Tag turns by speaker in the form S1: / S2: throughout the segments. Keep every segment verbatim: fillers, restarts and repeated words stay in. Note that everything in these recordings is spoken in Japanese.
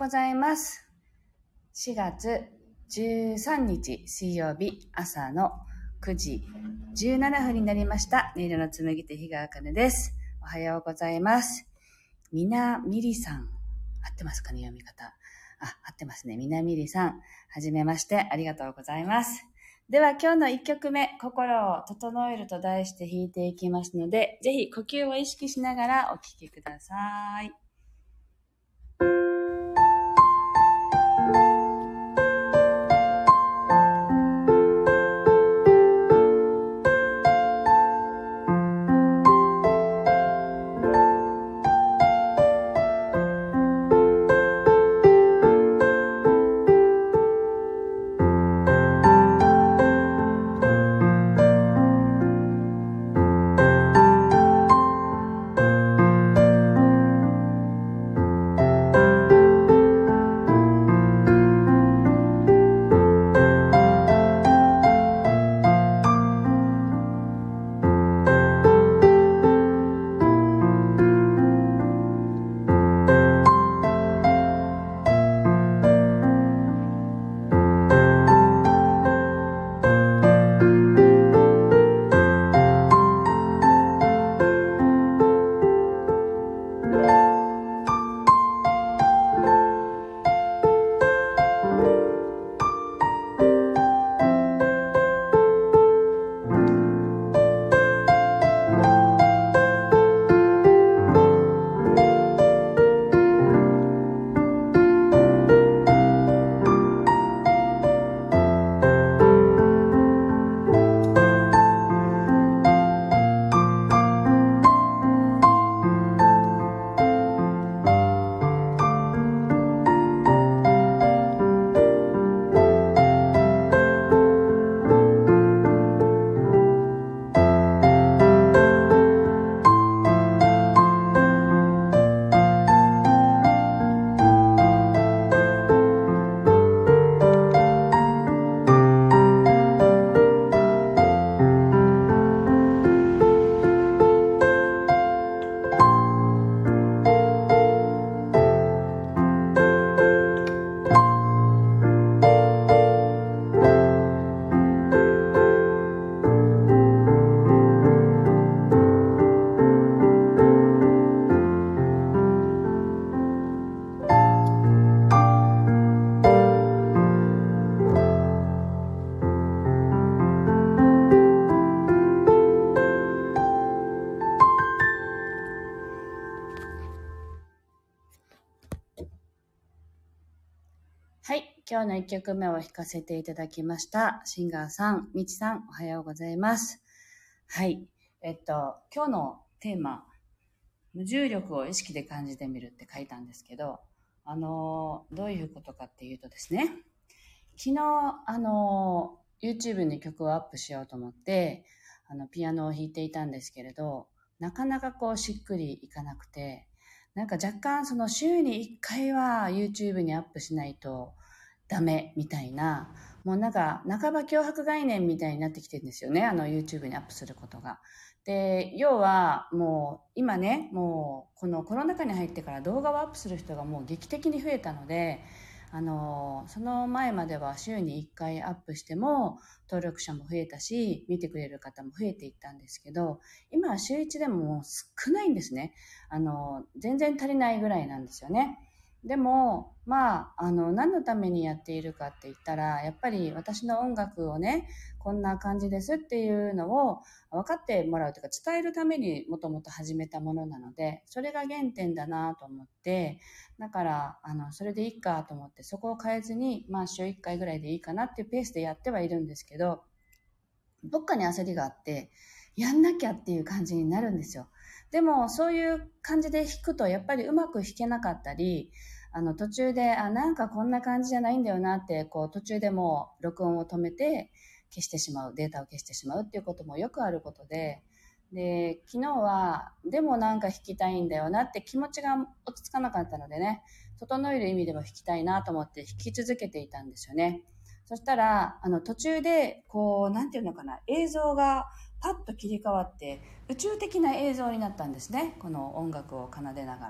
S1: ございます。しがつじゅうさんにち水曜日朝のくじじゅうななふんになりました。音色の紡手日川茜です。おはようございます。みなみりさん、合ってますかね、読み方。あ、合ってますね。みなみりさん、はじめましてありがとうございます。では今日のいっきょくめ、心を整えると題して弾いていきますので、ぜひ呼吸を意識しながらお聴きください。はい。今日のいっきょくめを弾かせていただきました。シンガーさん、みちさん、おはようございます。はい。えっと、今日のテーマ、無重力を意識で感じてみるって書いたんですけど、あの、どういうことかっていうとですね、昨日、あの、YouTube に曲をアップしようと思って、あの、ピアノを弾いていたんですけれど、なかなかこう、しっくりいかなくて、なんか若干その週にいっかいは YouTube にアップしないとダメみたいな、もうなんか半ば脅迫概念みたいになってきてるんですよね、あの YouTube にアップすることが。で、要はもう今ね、もうこのコロナ禍に入ってから動画をアップする人がもう劇的に増えたので、あのその前までは週にいっかいアップしても登録者も増えたし、見てくれる方も増えていったんですけど、今は週いちでももう少ないんですね。あの全然足りないぐらいなんですよね。でもまああの何のためにやっているかって言ったら、やっぱり私の音楽をね、こんな感じですっていうのを分かってもらうというか、伝えるためにもともと始めたものなので、それが原点だなと思って、だからあのそれでいいかと思って、そこを変えずに、まあ週いっかいぐらいでいいかなっていうペースでやってはいるんですけど、どっかに焦りがあってやんなきゃっていう感じになるんですよ。でもそういう感じで弾くとやっぱりうまく弾けなかったり、あの途中であなんかこんな感じじゃないんだよなって、こう途中でもう録音を止めて消してしまう、データを消してしまうっていうこともよくあることで、で昨日はでもなんか弾きたいんだよなって気持ちが落ち着かなかったのでね、整える意味でも弾きたいなと思って弾き続けていたんですよね。そしたらあの途中でこうなんていうのかな、映像がパッと切り替わって宇宙的な映像になったんですね、この音楽を奏でながら。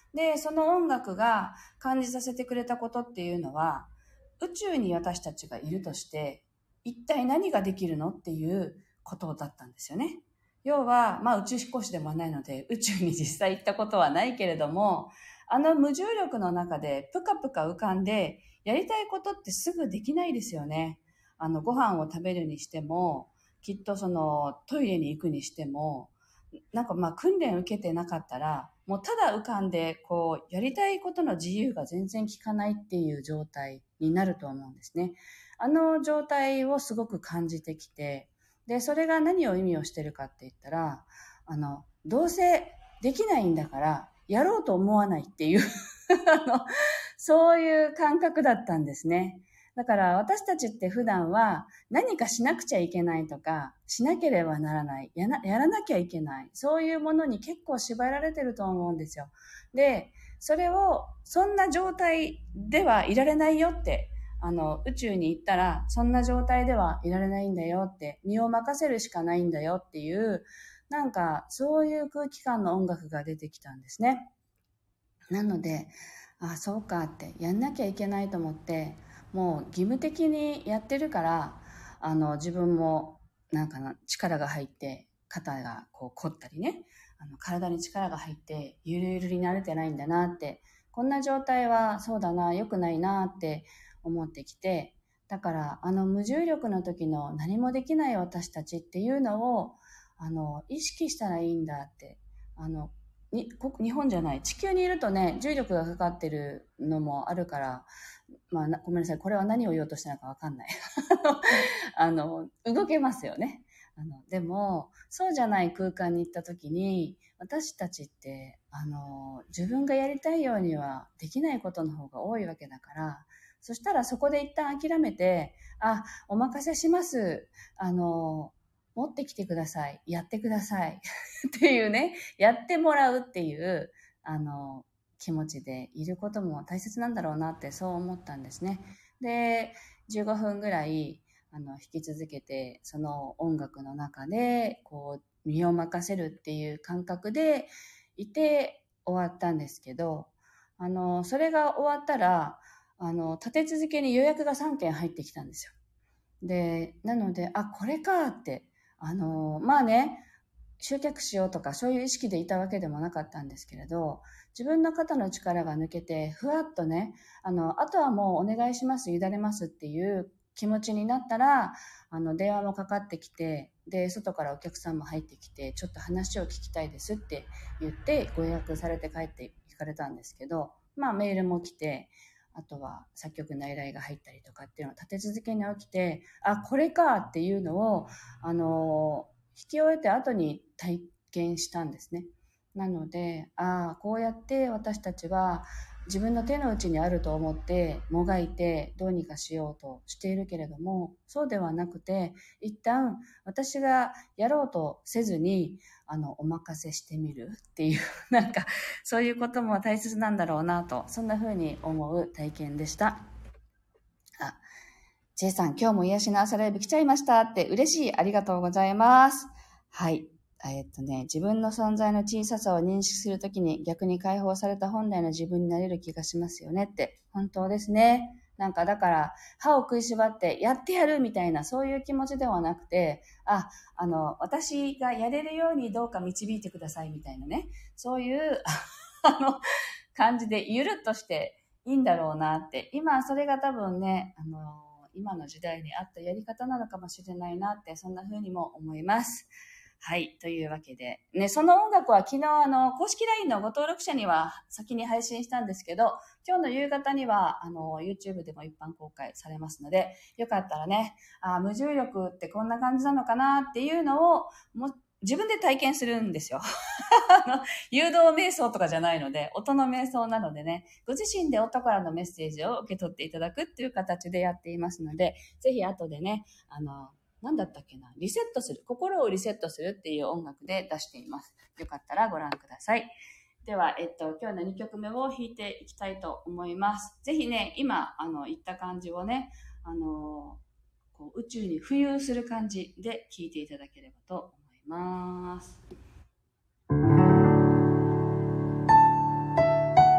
S1: で、その音楽が感じさせてくれたことっていうのは、宇宙に私たちがいるとして、一体何ができるのっていうことだったんですよね。要は、まあ宇宙飛行士でもないので、宇宙に実際行ったことはないけれども、あの無重力の中でぷかぷか浮かんで、やりたいことってすぐできないですよね。あの、ご飯を食べるにしても、きっとそのトイレに行くにしても、なんかまあ訓練受けてなかったら、もうただ浮かんで、こう、やりたいことの自由が全然効かないっていう状態になると思うんですね。あの状態をすごく感じてきて、で、それが何を意味をしてるかって言ったら、あの、どうせできないんだから、やろうと思わないっていうあの、そういう感覚だったんですね。だから私たちって普段は何かしなくちゃいけないとか、しなければならない、やな、やらなきゃいけない、そういうものに結構縛られてると思うんですよ。で、それを、そんな状態ではいられないよって、あの、宇宙に行ったら、そんな状態ではいられないんだよって、身を任せるしかないんだよっていう、なんか、そういう空気感の音楽が出てきたんですね。なので、あ、そうかって、やんなきゃいけないと思って、もう義務的にやってるから、あの、自分も、なんかな、力が入って、肩がこう凝ったりね、あの体に力が入って、ゆるゆるになれてないんだなって、こんな状態はそうだな、良くないなって思ってきて、だから、あの無重力の時の何もできない私たちっていうのを、あの、意識したらいいんだって、あの、に日本じゃない地球にいるとね、重力がかかってるのもあるから、まあ、ごめんなさい、これは何を言おうとしたのかわかんないあの動けますよね。あのでもそうじゃない空間に行った時に、私たちってあの自分がやりたいようにはできないことの方が多いわけだから、そしたらそこで一旦諦めて、あ、お任せします、あの持ってきてください、やってくださいっていうね、やってもらうっていうあの気持ちでいることも大切なんだろうなって、そう思ったんですね。で、じゅうごふんぐらいあの引き続けて、その音楽の中でこう身を任せるっていう感覚でいて終わったんですけど、あのそれが終わったら、あの立て続けに予約がさんけん入ってきたんですよ。で、なので、あ、これかって、あの、まあね、集客しようとかそういう意識でいたわけでもなかったんですけれど、自分の肩の力が抜けて、ふわっとね、あの、あとはもうお願いします、委ねますっていう気持ちになったら、あの、電話もかかってきて、で、外からお客さんも入ってきて、ちょっと話を聞きたいですって言って、ご予約されて帰っていかれたんですけど、まあメールも来て、あとは作曲の依頼が入ったりとかっていうのを立て続けに起きて、あ、これかっていうのを、あの、引き終えて後に体験したんですね。なので、ああ、こうやって私たちは自分の手の内にあると思ってもがいてどうにかしようとしているけれども、そうではなくて、一旦私がやろうとせずに、あの、お任せしてみるっていう、なんか、そういうことも大切なんだろうなと、そんな風に思う体験でした。あ、J さん、今日も癒しの朝ライブ来ちゃいましたって、嬉しい。ありがとうございます。はい。えっとね、自分の存在の小ささを認識するときに逆に解放された本来の自分になれる気がしますよねって。本当ですね。なんかだから歯を食いしばってやってやるみたいな、そういう気持ちではなくて、あ、あの、私がやれるようにどうか導いてくださいみたいなね。そういうあの感じでゆるっとしていいんだろうなって。今それが多分ね、あの、今の時代に合ったやり方なのかもしれないなって、そんな風にも思います。はい。というわけで。ね、その音楽は昨日、あの、公式 ライン のご登録者には先に配信したんですけど、今日の夕方には、あの、YouTube でも一般公開されますので、よかったらね、あ、無重力ってこんな感じなのかなっていうのを、も自分で体験するんですよ。誘導瞑想とかじゃないので、音の瞑想なのでね、ご自身で音からのメッセージを受け取っていただくっていう形でやっていますので、ぜひ後でね、あの、何だったっけな、リセットする、心をリセットするっていう音楽で出しています。よかったらご覧ください。では、えっと、今日のにきょくめを弾いていきたいと思います。ぜひね、今、あの、言った感じをね、あの、こう宇宙に浮遊する感じで弾いていただければと思います。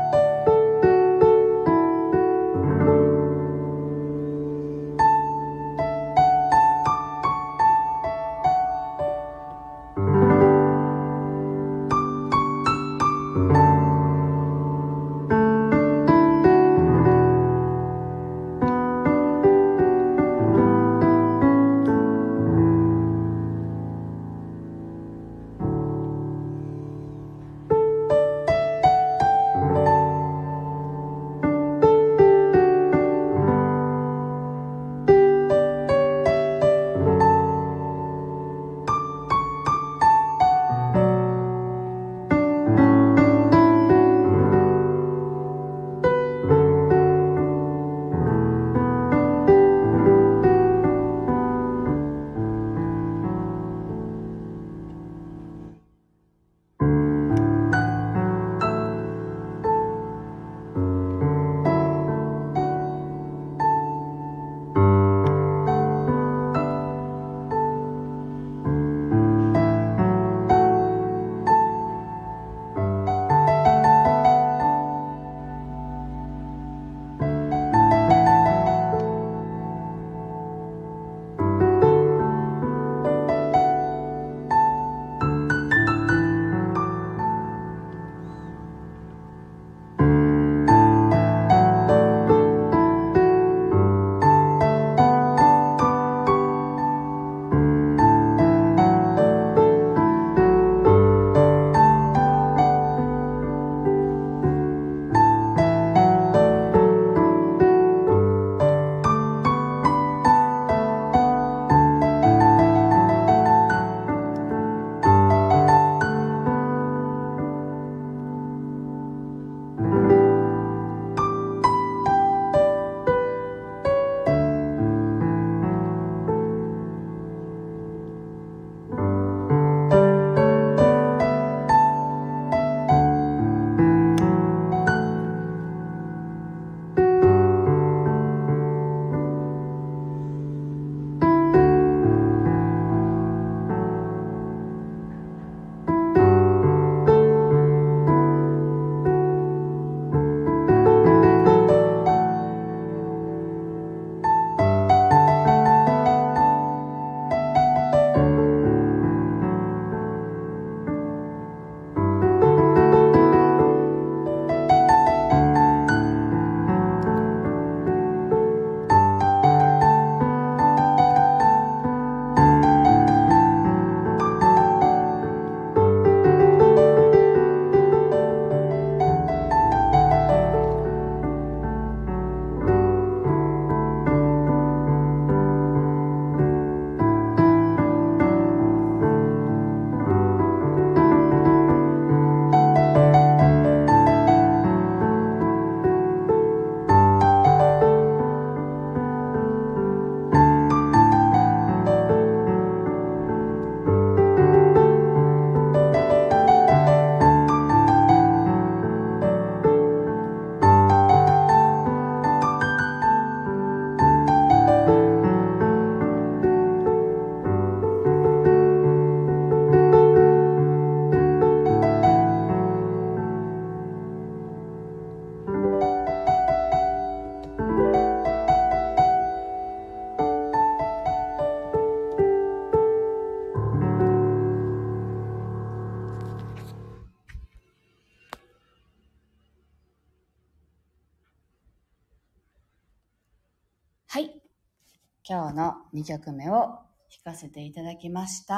S1: 今日のにきょくめを弾かせていただきました。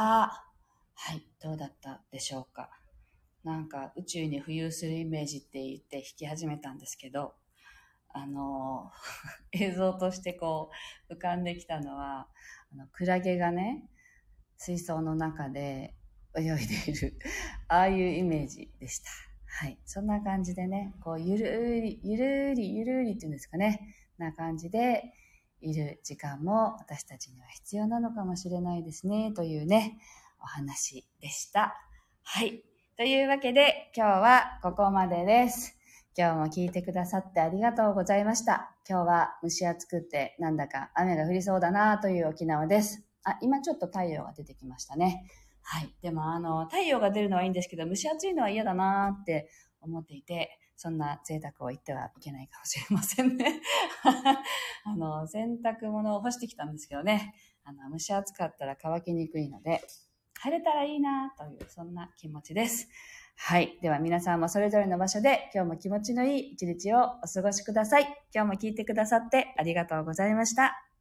S1: はい、どうだったでしょうか。なんか宇宙に浮遊するイメージって言って弾き始めたんですけど、あの映像としてこう浮かんできたのは、あのクラゲがね、水槽の中で泳いでいるああいうイメージでした。はい、そんな感じでね、こうゆるりゆるりゆるりっていうんですかね、な感じでいる時間も私たちには必要なのかもしれないですね、というねお話でした。はい、というわけで今日はここまでです。今日も聞いてくださってありがとうございました。今日は蒸し暑くてなんだか雨が降りそうだなという沖縄です。あ、今ちょっと太陽が出てきましたね。はい。でもあの、太陽が出るのはいいんですけど、蒸し暑いのは嫌だなって思っていて、そんな贅沢を言ってはいけないかもしれませんね。あの、洗濯物を干してきたんですけどね、あの、蒸し暑かったら乾きにくいので、晴れたらいいなという、そんな気持ちです。はい。では皆さんもそれぞれの場所で今日も気持ちのいい一日をお過ごしください。今日も聞いてくださってありがとうございました。